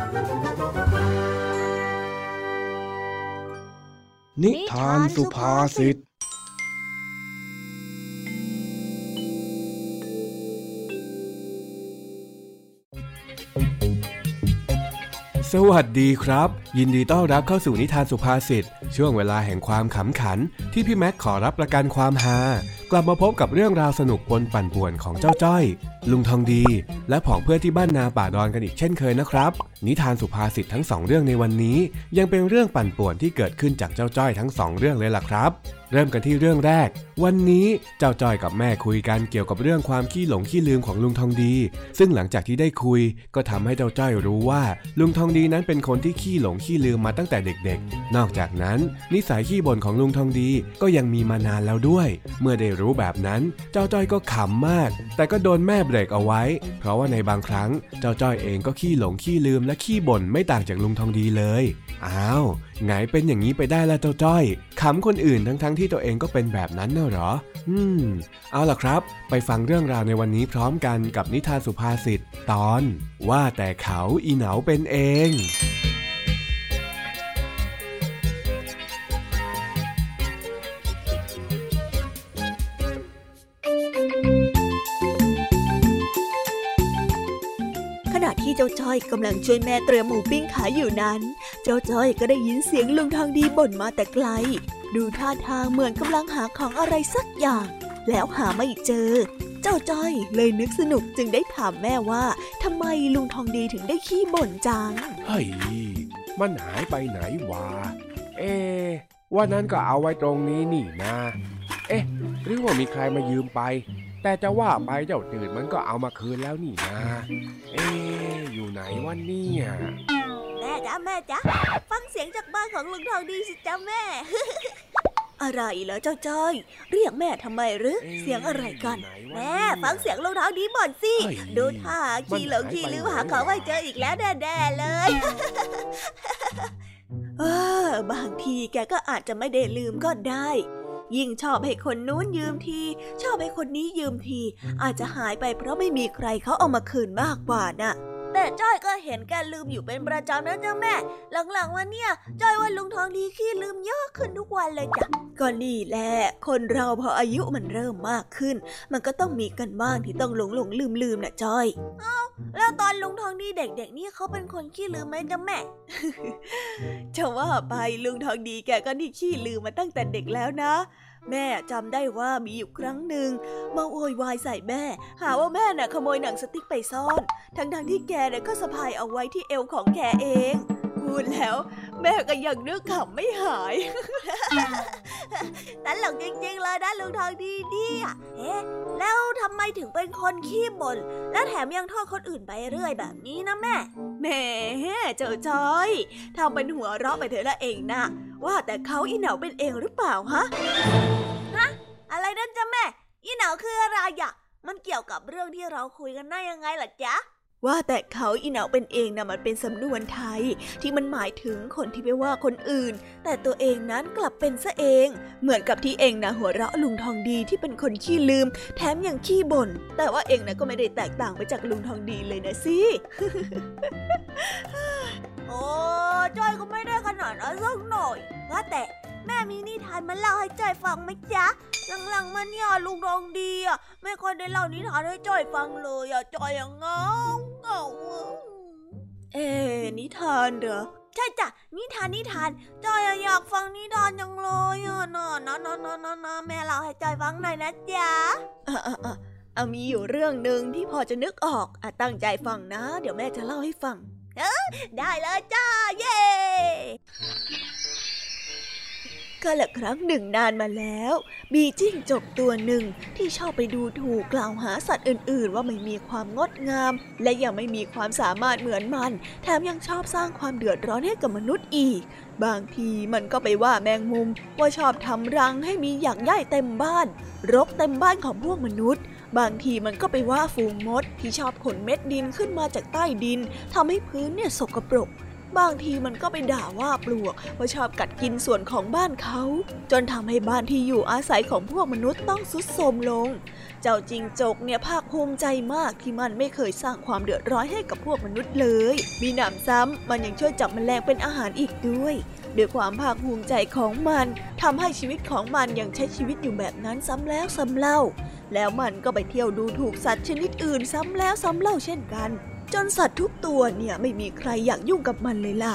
นิทานสุภาษิตสวัสดีครับยินดีต้อนรับเข้าสู่นิทานสุภาษิตช่วงเวลาแห่งความขำขันที่พี่แม็กขอรับประกันความฮากลับมาพบกับเรื่องราวสนุกปนปั่นป่วนของเจ้าจ้อยลุงทองดีและผองเพื่อนที่บ้านนาป่าดอนกันอีกเช่นเคยนะครับนิทานสุภาษิตทั้ง2เรื่องในวันนี้ยังเป็นเรื่องปั่นป่วนที่เกิดขึ้นจากเจ้าจ้อยทั้ง2เรื่องเลยล่ะครับเริ่มกันที่เรื่องแรกวันนี้เจ้าจ้อยกับแม่คุยกันเกี่ยวกับเรื่องความขี้หลงขี้ลืมของลุงทองดีซึ่งหลังจากที่ได้คุยก็ทำให้เจ้าจ้อยรู้ว่าลุงทองดีนั้นเป็นคนที่ขี้หลงขี้ลืมมาตั้งแต่เด็กๆนอกจากนั้นนิสัยขี้บ่นของลุงทองดีก็ยังมีมานานแล้วด้วยเมื่อได้รู้แบบนั้นเจ้าจ้อยก็ขำมากแต่ก็โดนแม่เบรกเอาไว้เพราะว่าในบางครั้งเจ้าจ้อยเองก็ขี้หลงขี้ลืมและขี้บ่นไม่ต่างจากลุงทองดีเลยอ้าวไงเป็นอย่างนี้ไปได้ละเจ้าจ้อยขำคนอื่นทั้งที่ตัวเองก็เป็นแบบนั้นน่ะเหรอเอาล่ะครับไปฟังเรื่องราวในวันนี้พร้อมกันกับนิทานสุภาษิตตอนว่าแต่เขาอีเหนาเป็นเองขณะที่เจ้าจ้อยกำลังช่วยแม่เตรียมหมูปิ้งขายอยู่นั้นเจ้าจ้อยก็ได้ยินเสียงลุงทองดีบ่นมาแต่ไกลดูท่าทางเหมือนกำลังหาของอะไรสักอย่างแล้วหาไม่เจอเจ้าจ้อยเลยนึกสนุกจึงได้ถามแม่ว่าทำไมลุงทองดีถึงได้ขี้บ่นจังเฮ้ยมันหายไปไหนวะวันนั้นก็เอาไว้ตรงนี้นี่นะหรือว่ามีใครมายืมไปแต่จะว่าไปเจ้าตื่นมันก็เอามาคืนแล้วนี่นะอยู่ไหนวะเนี่ยแม่จ๊ะฟังเสียงจากบ้านของลุงทองดีสิจ๊ะแม่ อะไรเหรอเจ้าจ้อยเรียกแม่ทำไมหรือเสียงอะไรกันแม่ฟังเสียงลุงทองดีบ่นสิดูท่าขี้หลงขี้ลืมหาของไม่เจออีกแล้วแน่ๆเลยบางทีแกก็อาจจะไม่ได้ลืมก็ได้ยิ่งชอบให้คนนู้นยืมทีชอบให้คนนี้ยืมทีอาจจะหายไปเพราะไม่มีใครเขาเอามาคืนมากกว่าน่ะแต่จ้อยก็เห็นแกลืมอยู่เป็นประจำนะจ๊ะแม่หลังๆวันเนี้ยจ้อยว่าลุงทองดีขี้ลืมเยอะขึ้นทุกวันเลยจ้ะก็นี่แหละคนเราพออายุมันเริ่มมากขึ้นมันก็ต้องมีกันบ้างที่ต้องหลงลืมน่ะจ้อยแล้วตอนลุงทองดีเด็กๆนี่เขาเป็นคนขี้ลืมไหมจ๊ะแม่ จะว่าไปลุงทองดีแกก็นี่ขี้ลืมมาตั้งแต่เด็กแล้วนะแม่จำได้ว่ามีอยู่ครั้งหนึ่งมาโวยวายใส่แม่หาว่าแม่น่ะขโมยหนังสติ๊กไปซ่อนทั้งที่แกน่ะก็สะพายเอาไว้ที่เอวของแกเองพูดแล้วแม่ก็ยังนึกขำไม่หายตลกจริงๆเลยนะลุงทองดีเนี่ยแล้วทำไมถึงเป็นคนขี้บ่นและแถมยังโทษคนอื่นไปเรื่อยแบบนี้นะแม่เจ้าจ้อยทำเป็นหัวเราะไปเถอะละเองนะว่าแต่เขาอีเหนาเป็นเองหรือเปล่าฮะอะไรนั่นจ๊ะแม่อีเหนาคืออะไรอ่ะมันเกี่ยวกับเรื่องที่เราคุยกันได้ยังไงล่ะจ๊ะว่าแต่เขาอีเหนาเป็นเองนะมันเป็นสำนวนไทยที่มันหมายถึงคนที่ไปว่าคนอื่นแต่ตัวเองนั้นกลับเป็นซะเองเหมือนกับที่เองนะหัวเราะลุงทองดีที่เป็นคนขี้ลืมแถมยังขี้บ่นแต่ว่าเองนะก็ไม่ได้แตกต่างไปจากลุงทองดีเลยนะสิ โอ้จ้อยก็ไม่ได้ขนาดนั้นสักหน่อยว่าแต่แม่มีนิทานมาเล่าให้จ้อยฟังไหมจ๊ะหลังๆมาเนี่ยลุงทองดีไม่ค่อยได้เล่านิทานให้จ้อยฟังเลยจ้อยเหงานิทานเหรอใช่จ้ะนิทานจ้อยอยากฟังนิทานจังเลยน่ะแม่เล่าให้จ้อยฟังหน่อยนะจ๊ะมีอยู่เรื่องนึงที่พอจะนึกออกตั้งใจฟังนะเดี๋ยวแม่จะเล่าให้ฟังได้เลยจ้าเย้ก็ละครั้งหนึ่งนานมาแล้วมีจิ้งจกตัวหนึ่งที่ชอบไปดูถูกกล่าวหาสัตว์อื่นๆว่าไม่มีความงดงามและยังไม่มีความสามารถเหมือนมันแถมยังชอบสร้างความเดือดร้อนให้กับมนุษย์อีกบางทีมันก็ไปว่าแมงมุมว่าชอบทำรังให้มีหยากหญ้าเต็มบ้านรกเต็มบ้านของพวกมนุษย์บางทีมันก็ไปว่าฝูงมดที่ชอบขนเม็ดดินขึ้นมาจากใต้ดินทำให้พื้นเนี่ยสกปรกบางทีมันก็ไปด่าว่าปลวกว่าชอบกัดกินส่วนของบ้านเขาจนทำให้บ้านที่อยู่อาศัยของพวกมนุษย์ต้องทรุดโทรมลงเจ้าจิ้งจกเนี่ยภาคภูมิใจมากที่มันไม่เคยสร้างความเดือดร้อนให้กับพวกมนุษย์เลยมีหนำซ้ำมันยังช่วยจับแมลงเป็นอาหารอีกด้วยด้วยความภาคภูมิใจของมันทำให้ชีวิตของมันยังใช้ชีวิตอยู่แบบนั้นซ้ำแล้วซ้ำเล่าแล้วมันก็ไปเที่ยวดูถูกสัตว์ชนิดอื่นซ้ำแล้วซ้ำเล่าเช่นกันจนสัตว์ทุกตัวเนี่ยไม่มีใครอยากยุ่งกับมันเลยล่ะ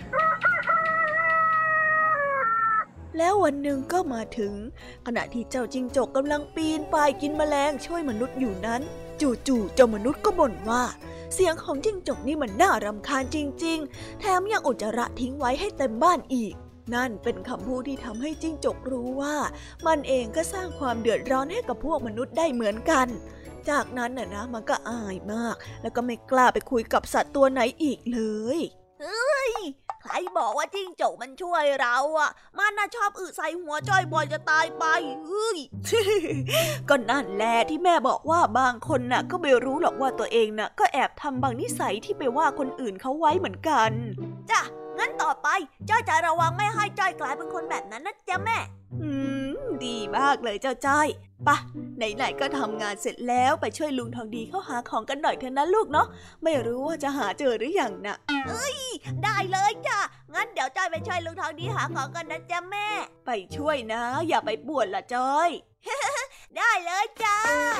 แล้ววันหนึ่งก็มาถึงขณะที่เจ้าจิ้งจกกำลังปีนป่ายกินแมลงช่วยมนุษย์อยู่นั้นจู่ๆเจ้ามนุษย์ก็บ่นว่าเสียงของจิ้งจกนี่มันน่ารำคาญจริงๆแถมยังอุจจาระทิ้งไว้ให้เต็มบ้านอีกนั่นเป็นคำพูดที่ทำให้จิ้งจกรู้ว่ามันเองก็สร้างความเดือดร้อนให้กับพวกมนุษย์ได้เหมือนกันจากนั้นนะมันก็อายมากแล้วก็ไม่กล้าไปคุยกับสัตว์ตัวไหนอีกเลยเฮ้ยใครบอกว่าจิ้งจกมันช่วยเราอ่ะมันน่ะชอบอึใส่หัวจ้อยบ่อยจะตายไปเฮ้ย ก็นั่นแหละที่แม่บอกว่าบางคนน่ะก็ไม่รู้หรอกว่าตัวเองน่ะก็แอบทำบางนิสัยที่ไปว่าคนอื่นเขาไว้เหมือนกันจ้ะงั้นต่อไปจ้อยจะระวังไม่ให้จ้อยกลายเป็นคนแบบนั้นนะจ๊ะแม่ดีมากเลยเจ้าจ้อยไปไหนๆก็ทำงานเสร็จแล้วไปช่วยลุงทองดีเขาหาของกันหน่อยเถอะนะลูกเนาะไม่รู้ว่าจะหาเจอหรือยังนะได้เลยจ้ะงั้นเดี๋ยวจ้อยไปช่วยลุงทองดีหาของกันนะจ๊ะแม่ไปช่วยนะอย่าไปป่วนละจ้อย ได้เลยจ้า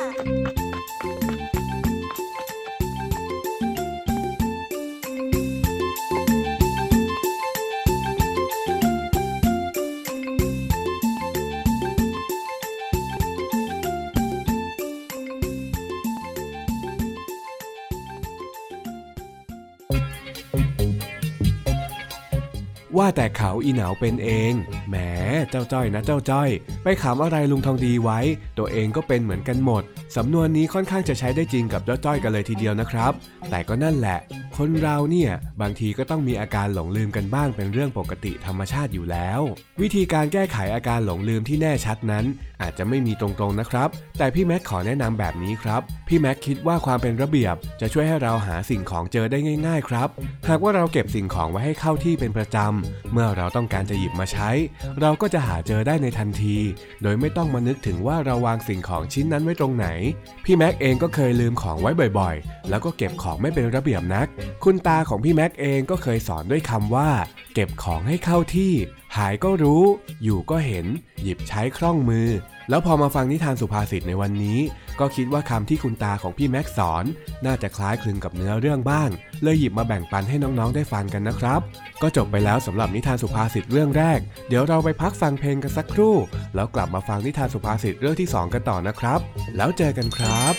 ว่าแต่เขาอีเหนาเป็นเองแหมเจ้าจ้อยนะเจ้าจ้อยไปขำอะไรลุงทองดีไว้ตัวเองก็เป็นเหมือนกันหมดสำนวนนี้ค่อนข้างจะใช้ได้จริงกับเจ้าจ้อยกันเลยทีเดียวนะครับแต่ก็นั่นแหละคนเราเนี่ยบางทีก็ต้องมีอาการหลงลืมกันบ้างเป็นเรื่องปกติธรรมชาติอยู่แล้ววิธีการแก้ไขอาการหลงลืมที่แน่ชัดนั้นอาจจะไม่มีตรงๆนะครับแต่พี่แม็กขอแนะนำแบบนี้ครับพี่แม็กคิดว่าความเป็นระเบียบจะช่วยให้เราหาสิ่งของเจอได้ง่ายๆครับหากว่าเราเก็บสิ่งของไว้ให้เข้าที่เป็นประจำเมื่อเราต้องการจะหยิบมาใช้เราก็จะหาเจอได้ในทันทีโดยไม่ต้องมานึกถึงว่าเราวางสิ่งของชิ้นนั้นไว้ตรงไหนพี่แม็กเองก็เคยลืมของไว้บ่อยๆแล้วก็เก็บของไม่เป็นระเบียบนักคุณตาของพี่แม็กเองก็เคยสอนด้วยคำว่าเก็บของให้เข้าที่หายก็รู้อยู่ก็เห็นหยิบใช้คล่องมือแล้วพอมาฟังนิทานสุภาษิตในวันนี้ก็คิดว่าคำที่คุณตาของพี่แม็กสอนน่าจะคล้ายคลึงกับเนื้อเรื่องบ้างเลยหยิบมาแบ่งปันให้น้องๆได้ฟังกันนะครับก็จบไปแล้วสำหรับนิทานสุภาษิตเรื่องแรกเดี๋ยวเราไปพักฟังเพลงกันสักครู่แล้วกลับมาฟังนิทานสุภาษิตเรื่องที่2กันต่อนะครับแล้วเจอกันครับ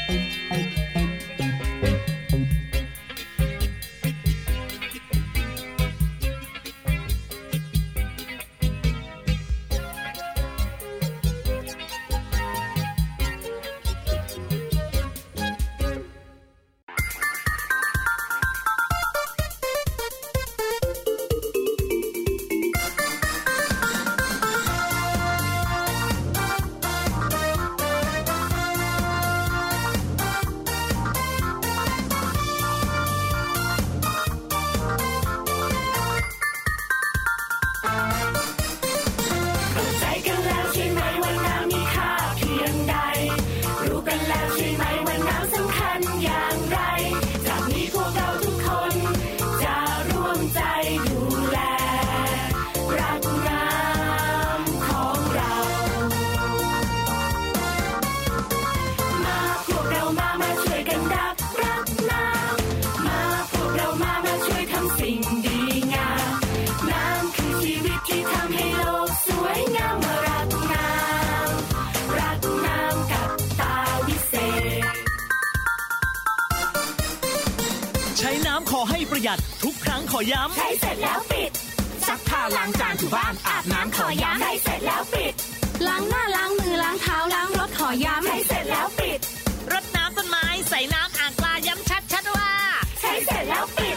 ทุกครั้งขอย้ำใช้เสร็จแล้วปิดซักผ้าล้างจานถูบ้านอาบน้ำขอย้ำใช้เสร็จแล้วปิดล้างหน้าล้างมือล้างเท้าล้างรถขอย้ำใช้เสร็จแล้วปิดรดน้ำต้นไม้ใส่น้ำอ่างปลาย้ำชัดๆว่าใช้เสร็จแล้วปิด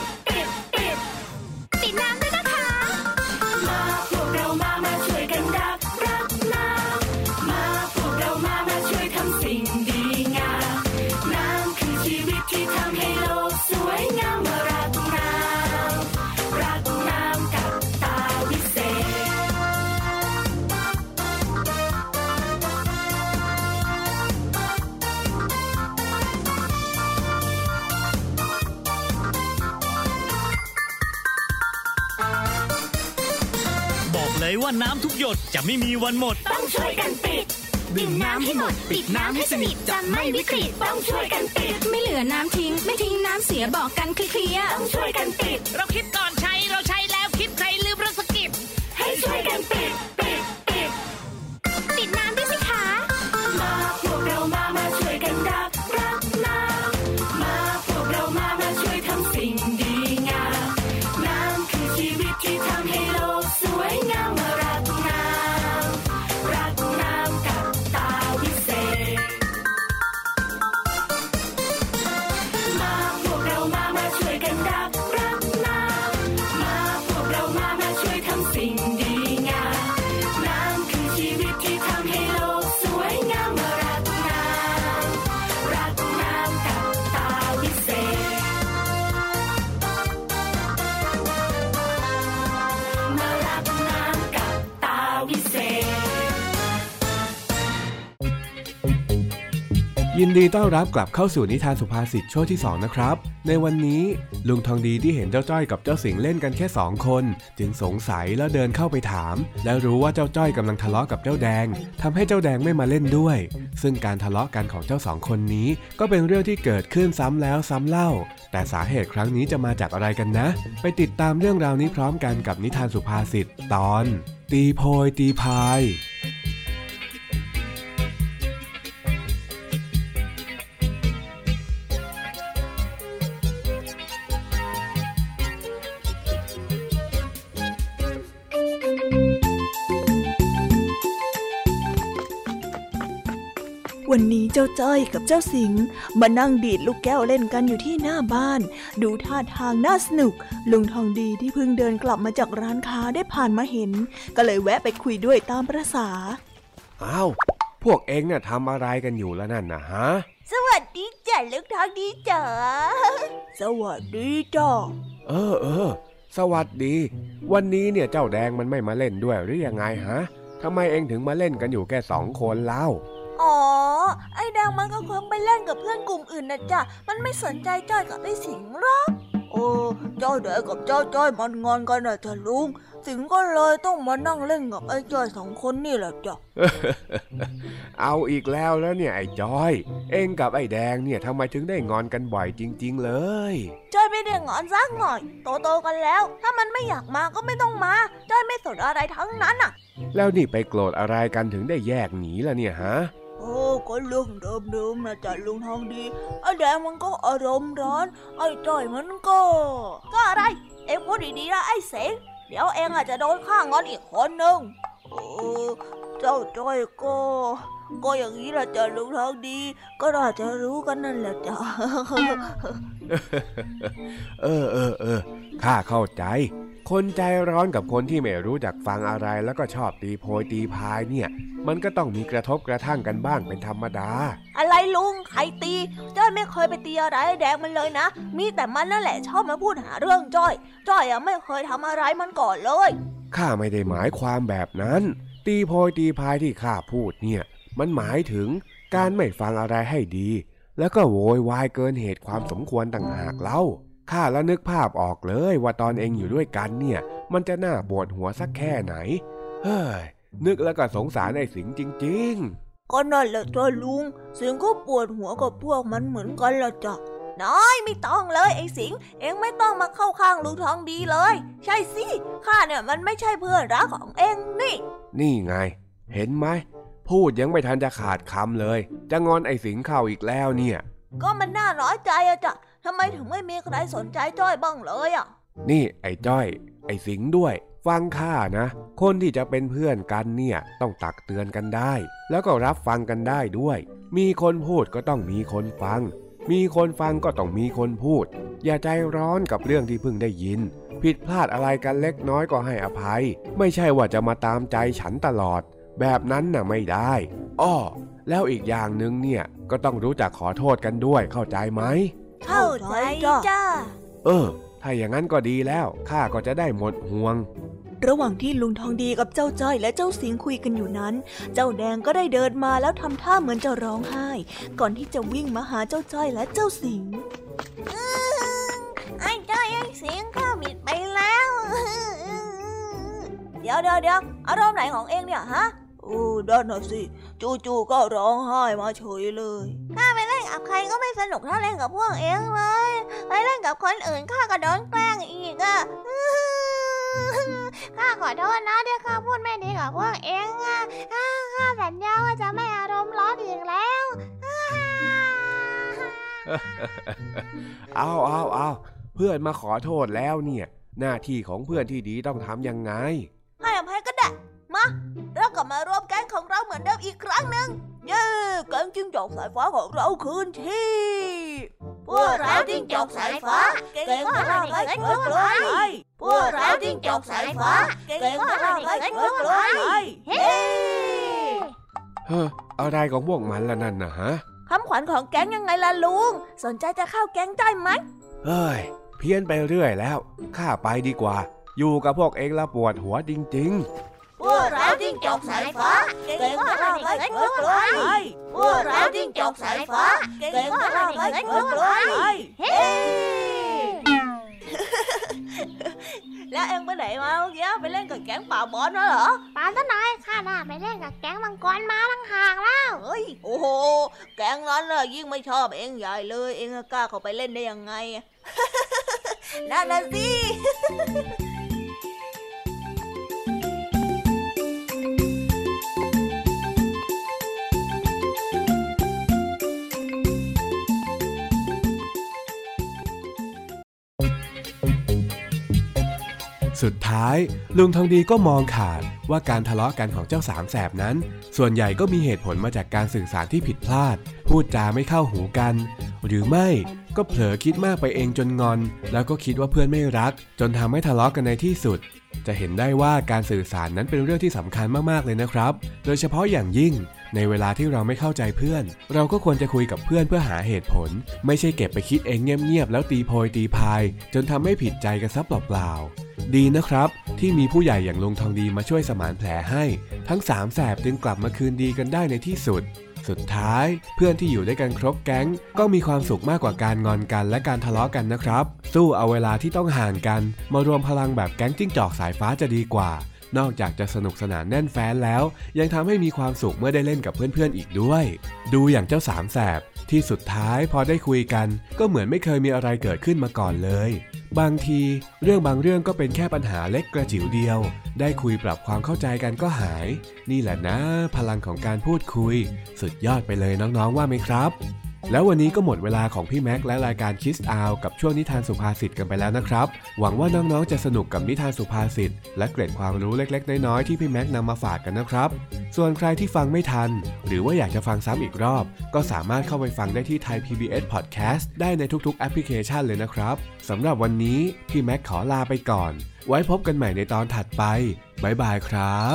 น้ำด้วยนะคะมาพวกเรามาช่วยกันรักน้ำมาพวกเรามาช่วยทำสิ่งดีงามน้ำคือชีวิตที่ทำให้โลกสวยงามเลยว่าน้ำทุกหยดจะไม่มีวันหมดต้องช่วยกันปิดดื่มน้ำให้หมดปิดน้ำให้สนิทจะไม่วิกฤตต้องช่วยกันปิดไม่เหลือน้ำทิ้งไม่ทิ้งน้ำเสียบอกกันเคลียร์ต้องช่วยกันปิดเราคิดก่อนใช้เราใช้แล้วคิดใครลืมเราสกิปให้ช่วยกันปิดปิดน้ำด้วยสิคะมาพวกเรามาช่วยกันรักน้ำมาพวกเรามาช่วยทำสิ่งดีงามน้ำคือชีวิตที่ทำให้โลกสวยงามมารักน้ำกับตาวิเศษมาพวกเรามาช่วยกันรักน้ำมาพวกเรามาช่วยทำสิ่งดีงามน้ำคือชีวิตที่ทำให้โลกสวยงามมารักน้ำกับตาวิเศษมารักน้ำกับตาวิเศษยินดีต้อนรับกลับเข้าสู่นิทานสุภาษิตช่วงที่2นะครับในวันนี้ลุงทองดีที่เห็นเจ้าจ้อยกับเจ้าสิงห์เล่นกันแค่2คนจึงสงสัยแล้วเดินเข้าไปถามแล้วรู้ว่าเจ้าจ้อยกำลังทะเลาะกับเจ้าแดงทำให้เจ้าแดงไม่มาเล่นด้วยซึ่งการทะเลาะกันของเจ้า2คนนี้ก็เป็นเรื่องที่เกิดขึ้นซ้ำแล้วซ้ำเล่าแต่สาเหตุครั้งนี้จะมาจากอะไรกันนะไปติดตามเรื่องราวนี้พร้อมกันกับนิทานสุภาษิตตอนตีโพยตีพายวันนี้เจ้าจ้อยกับเจ้าสิงห์มานั่งดีดลูกแก้วเล่นกันอยู่ที่หน้าบ้านดูท่าทางน่าสนุกลุงทองดีที่เพิ่งเดินกลับมาจากร้านค้าได้ผ่านมาเห็นก็เลยแวะไปคุยด้วยตามประสาอ้าวพวกเอ็งน่ะทำอะไรกันอยู่แล้วนั่นนะฮะสวัสดีจ้ะลุงทองดีจ๋าสวัสดีจ้ะเออสวัสดีวันนี้เนี่ยเจ้าแดงมันไม่มาเล่นด้วยหรือยังไงฮะทำไมเอ็งถึงมาเล่นกันอยู่แค่2 คนเล่าอ๋อไอ้แดงมันก็คงไปเล่นกับเพื่อนกลุ่มอื่นนะจ๊ะมันไม่สนใจจ้อยกับไอ้สิงห์หรอกเจ้าแดงกับเจ้าจ้อยมันงอนกันนะจ๊ะลุงสิงห์ก็เลยต้องมานั่งเล่นกับไอ้จ้อย2 คนนี่แหละจ้ะเอาอีกแล้วเนี่ยไอ้จ้อยเอ็งกับไอ้แดงเนี่ยทำไมถึงได้งอนกันบ่อยจริงๆเลยจ้อยไม่ได้งอนสักหน่อยโตกันแล้วถ้ามันไม่อยากมาก็ไม่ต้องมาจ้อยไม่สนอะไรทั้งนั้นอ่ะแล้วนี่ไปโกรธอะไรกันถึงได้แยกหนีล่ะเนี่ยฮะก็เรื่องเดิมๆนะจ๊ะลุงทองดีไอ้แดงมันก็อารมณ์ร้อนไอ้จ้อยมันก็อะไรเอ็งพูดดีๆนะไอ้เสงเดี๋ยวเอ็งอาจจะโดนข้างอนอีกคนนึงเจ้าจ้อยก็อย่างนี้แหละจ้ะลุงทองดีก็น่าจะรู้กันนั่นแหละจ้ะข้าเข้าใจคนใจร้อนกับคนที่ไม่รู้จักฟังอะไรแล้วก็ชอบตีโพยตีพายเนี่ยมันก็ต้องมีกระทบกระทั่งกันบ้างเป็นธรรมดาอะไรลุงใครตีจ้อยไม่เคยไปตีอะไรแดงมันเลยนะมีแต่มันนั่นแหละชอบมาพูดหาเรื่องจ้อยอะไม่เคยทำอะไรมันก่อนเลยข้าไม่ได้หมายความแบบนั้นตีโพยตีพายที่ข้าพูดเนี่ยมันหมายถึงการไม่ฟังอะไรให้ดีแล้วก็โวยวายเกินเหตุความสมควรต่างหากเล่าข้าละนึกภาพออกเลยว่าตอนเองอยู่ด้วยกันเนี่ยมันจะน่าปวดหัวสักแค่ไหนเฮ้ยนึกแล้วก็สงสารไอ้สิงห์จริงๆก็นั่นแหละจ้ะลุงสิงห์ก็ปวดหัวกับพวกมันเหมือนกันละจ้ะน้อยไม่ต้องเลยไอ้สิงห์เองไม่ต้องมาเข้าข้างลุงทองดีเลยใช่สิข้าเนี่ยมันไม่ใช่เพื่อนรักของเองนี่ไงเห็นไหมพูดยังไม่ทันจะขาดคำเลยจะงอนไอ้สิงห์เข้าอีกแล้วเนี่ยก็มันน่าน้อยใจอะจ้ะทำไมถึงไม่มีใครสนใจจ้อยบ้างเลยอ่ะนี่ไอ้จ้อยไอ้สิงห์ด้วยฟังข้านะคนที่จะเป็นเพื่อนกันเนี่ยต้องตักเตือนกันได้แล้วก็รับฟังกันได้ด้วยมีคนพูดก็ต้องมีคนฟังมีคนฟังก็ต้องมีคนพูดอย่าใจร้อนกับเรื่องที่เพิ่งได้ยินผิดพลาดอะไรกันเล็กน้อยก็ให้อภัยไม่ใช่ว่าจะมาตามใจฉันตลอดแบบนั้นน่ะไม่ได้แล้วอีกอย่างนึงเนี่ยก็ต้องรู้จักขอโทษกันด้วยเข้าใจไหมเข้าใจจ้าถ้าอย่างนั้นก็ดีแล้วข้าก็จะได้หมดห่วงระหว่างที่ลุงทองดีกับเจ้าจ้อยและเจ้าสิงห์คุยกันอยู่นั้นเจ้าแดงก็ได้เดินมาแล้วทำท่าเหมือนจะร้องไห้ก่อนที่จะวิ่งมาหาเจ้าจ้อยและเจ้าสิงห์ไอ้จ้อยไอ้สิงห์ข้าผิดไปแล้ว ยดี๋ยวอารมณ์ไหนของเองเนี่ยฮะด้านน่ะสิจู่ๆก็ร้องไห้มาเฉยเลยข้าไปเล่นกับใครก็ไม่สนุกเท่าเล่นกับพวกเองเลยไปเล่นกับคนอื่นข้าก็โดนแกล้งอีกอ่ะข้าขอโทษนะที่ข้าพูดไม่ดีกับพวกเองอ่ะข้าสัญญาว่าจะไม่อารมณ์ร้อนอีกแล้วเอาเพื่อนมาขอโทษแล้วเนี่ยหน้าที่ของเพื่อนที่ดีต้องทำยังไงให้อภัยก็ได้มาเรากลับมารวมแก๊งของเราเหมือนเดิมอีกครั้งหนึ่งเย้แก๊งจิ้งจอกสายฟ้าของเราคืนที่พวกเราจิ้งจอกสายฟ้าเก่งกว่าเราเลยพวกเราจิ้งจอกสายฟ้าเก่งกว่าเราเลยเฮ้อะไรของพวกมันล่ะนั่นนะฮะคำขวัญของแก๊งยังไงล่ะลุงสนใจจะเข้าแก๊งได้ไหมเฮ้ยเพี้ยนไปเรื่อยแล้วข้าไปดีกว่าอยู่กับพวกเองละปวดหัวจริงๆพวกเราจิ้งจอกสายฟ้าเก่งกว่าเราเลยพวกเราจิ้งจอกสายฟ้าเก่งกว่าเราเลยเฮ้แล้วเอ็งไปไหนมาเมื่อกี้ไปเล่นกับแก๊งป่าบอลมาเหรอป่าต้นน้อยข้าน่ะไปเล่นกับแก๊งมังกรมาต่างหากแล้วเฮ้ยโอ้โหแก๊งนั้นน่ะยิ่งไม่ชอบเอ็งใหญ่เลยเอ็งกล้าเข้าไปเล่นได้ยังไงนั่นน่ะสิสุดท้ายลุงทองดีก็มองขาดว่าการทะเลาะกันของเจ้าสามแสบนั้นส่วนใหญ่ก็มีเหตุผลมาจากการสื่อสารที่ผิดพลาดพูดจาไม่เข้าหูกันหรือไม่ก็เผลอคิดมากไปเองจนงอนแล้วก็คิดว่าเพื่อนไม่รักจนทำให้ทะเลาะกันในที่สุดจะเห็นได้ว่าการสื่อสารนั้นเป็นเรื่องที่สำคัญมากๆเลยนะครับโดยเฉพาะอย่างยิ่งในเวลาที่เราไม่เข้าใจเพื่อนเราก็ควรจะคุยกับเพื่อนเพื่อหาเหตุผลไม่ใช่เก็บไปคิดเองเงียบๆแล้วตีโพยตีพายจนทำให้ผิดใจกันซะเปล่าๆดีนะครับที่มีผู้ใหญ่อย่างลุงทองดีมาช่วยสมานแผลให้ทั้งสามแสบจึงกลับมาคืนดีกันได้ในที่สุดสุดท้ายเพื่อนที่อยู่ด้วยกันครบแก๊งก็มีความสุขมากกว่าการงอนกันและการทะเลาะกันนะครับสู้เอาเวลาที่ต้องห่างกันมารวมพลังแบบแก๊งจิ้งจอกสายฟ้าจะดีกว่านอกจากจะสนุกสนานแน่นแฟ้นแล้วยังทำให้มีความสุขเมื่อได้เล่นกับเพื่อนๆอีกด้วยดูอย่างเจ้าสามแสบที่สุดท้ายพอได้คุยกันก็เหมือนไม่เคยมีอะไรเกิดขึ้นมาก่อนเลยบางทีเรื่องบางเรื่องก็เป็นแค่ปัญหาเล็กกระจิ๋วเดียวได้คุยปรับความเข้าใจกันก็หายนี่แหละนะพลังของการพูดคุยสุดยอดไปเลยน้องๆว่าไหมครับแล้ววันนี้ก็หมดเวลาของพี่แม็กและรายการ Kids Out กับช่วงนิทานสุภาษิตกันไปแล้วนะครับหวังว่าน้องๆจะสนุกกับนิทานสุภาษิตและเกร็ดความรู้เล็กๆน้อยๆที่พี่แม็กนำมาฝากกันนะครับส่วนใครที่ฟังไม่ทันหรือว่าอยากจะฟังซ้ำอีกรอบก็สามารถเข้าไปฟังได้ที่ Thai PBS Podcast ได้ในทุกๆแอปพลิเคชันเลยนะครับสำหรับวันนี้พี่แม็กขอลาไปก่อนไว้พบกันใหม่ในตอนถัดไปบ๊ายบายครับ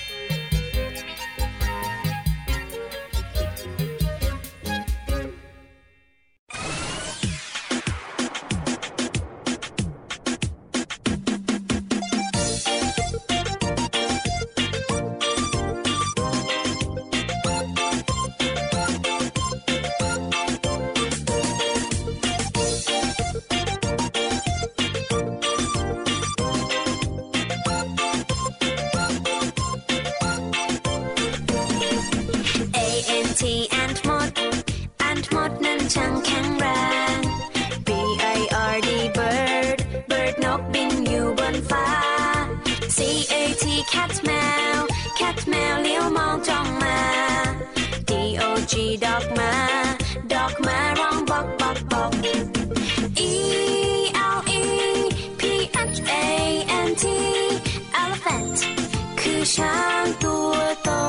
ช้างตัวโต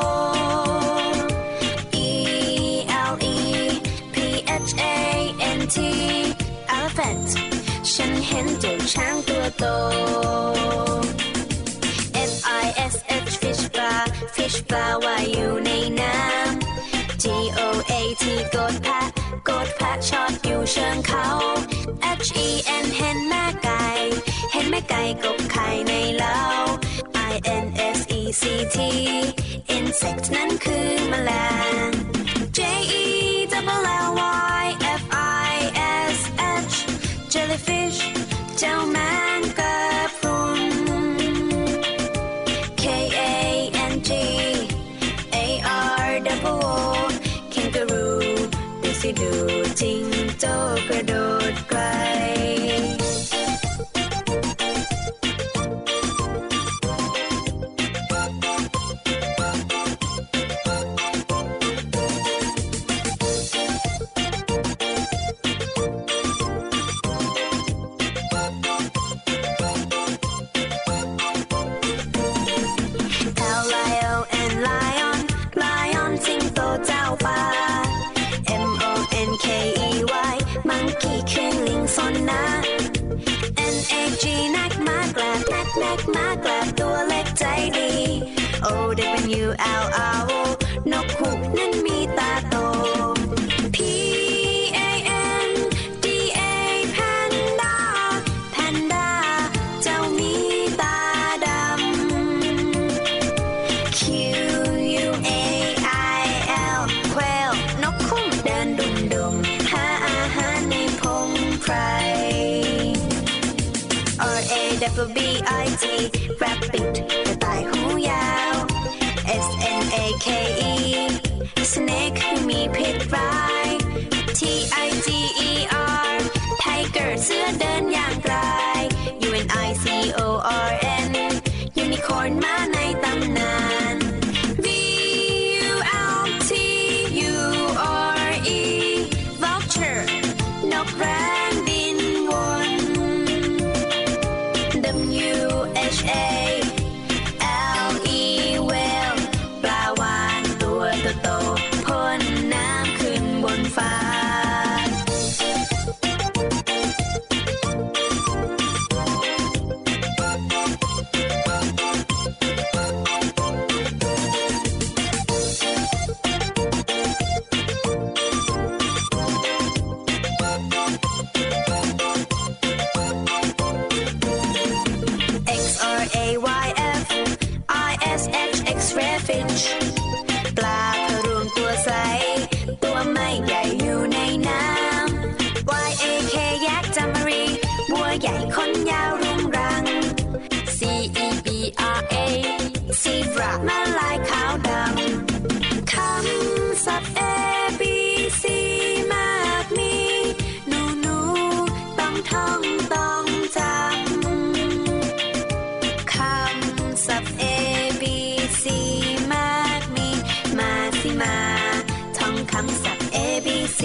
E-L-E-P-H-A-N-T Elephant ฉันเห็นเจ้าช้างตัวโต F-I-S-H Fish ปลาว่ายอยู่ในน้ำ G-O-A-T โกดแพะชอดอยู่เชิงเขา H-E-N เห็นแม่ไก่กบไข่ในเล้า I-N-S-E-C-T Insect นั้นคือแมลง J-E-L-L-Y-F-I-S-H Jellyfish เจ้าแมงกะพรุนกมากลับตัวเล็กใจดี O W L R O นกฮูกนั้นมีตาโต P A N D A Panda Panda เจ้ามีตาดำ Q U A I L Quail นกคุ้มเดินดุ่มๆหาอาหารในพงไพร R A W B I T Rabbit กระต่ายหูยาว S N A K E Snake มีพิษร้าย T I G E R Tiger เสือเดินอย่างไกล U N I C O R N Unicorn ม้าในตำนาน V U L T U R E Vulture นกแร้งบินวน W H A L E Whale ปลาวาฬตัวโตๆพ่นน้ำขึ้นบนฟ้าFish ปลาพะรวงตัวใสตัวไม่ใหญ่อยู่ในน้ำ Y A K ยักษ์จามรีบัวใหญ่ขนยาวรุงรัง C E B R A Zebra ม้าลายขาวดำคำศัพท์ A B C มากมีหนูต้องท่องต้องจำคำศัพท์ A B Cมาท่องคำศัพท์ A B C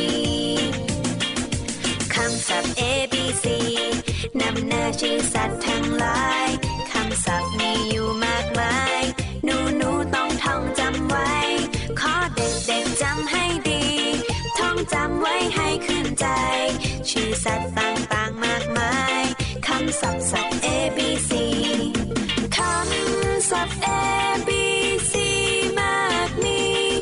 คำศัพท์ A B C นำหน้าชื่อสัตว์ทั้งหลายคำศัพท์มีอยู่มากมายหนูต้องท่องจำไว้ขอเด็กๆจำให้ดีท่องจำไว้ให้ขึ้นใจชื่อสัตว์ต่างๆมากมายคำศัพท์ A B C คำศัพท์ A B C มากมี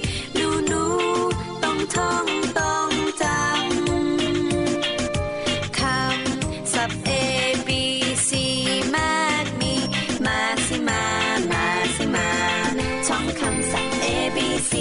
ท่องต้องจำคำศัพท์ A B C มากมีมาสิมาท่องคำศัพท์ A B C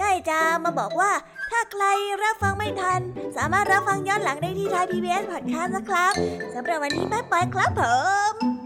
จะมาบอกว่าถ้าใครรับฟังไม่ทันสามารถรับฟังย้อนหลังได้ที่ Thai PBS Podcast นะครับสำหรับวันนี้บ๊ายบายครับผม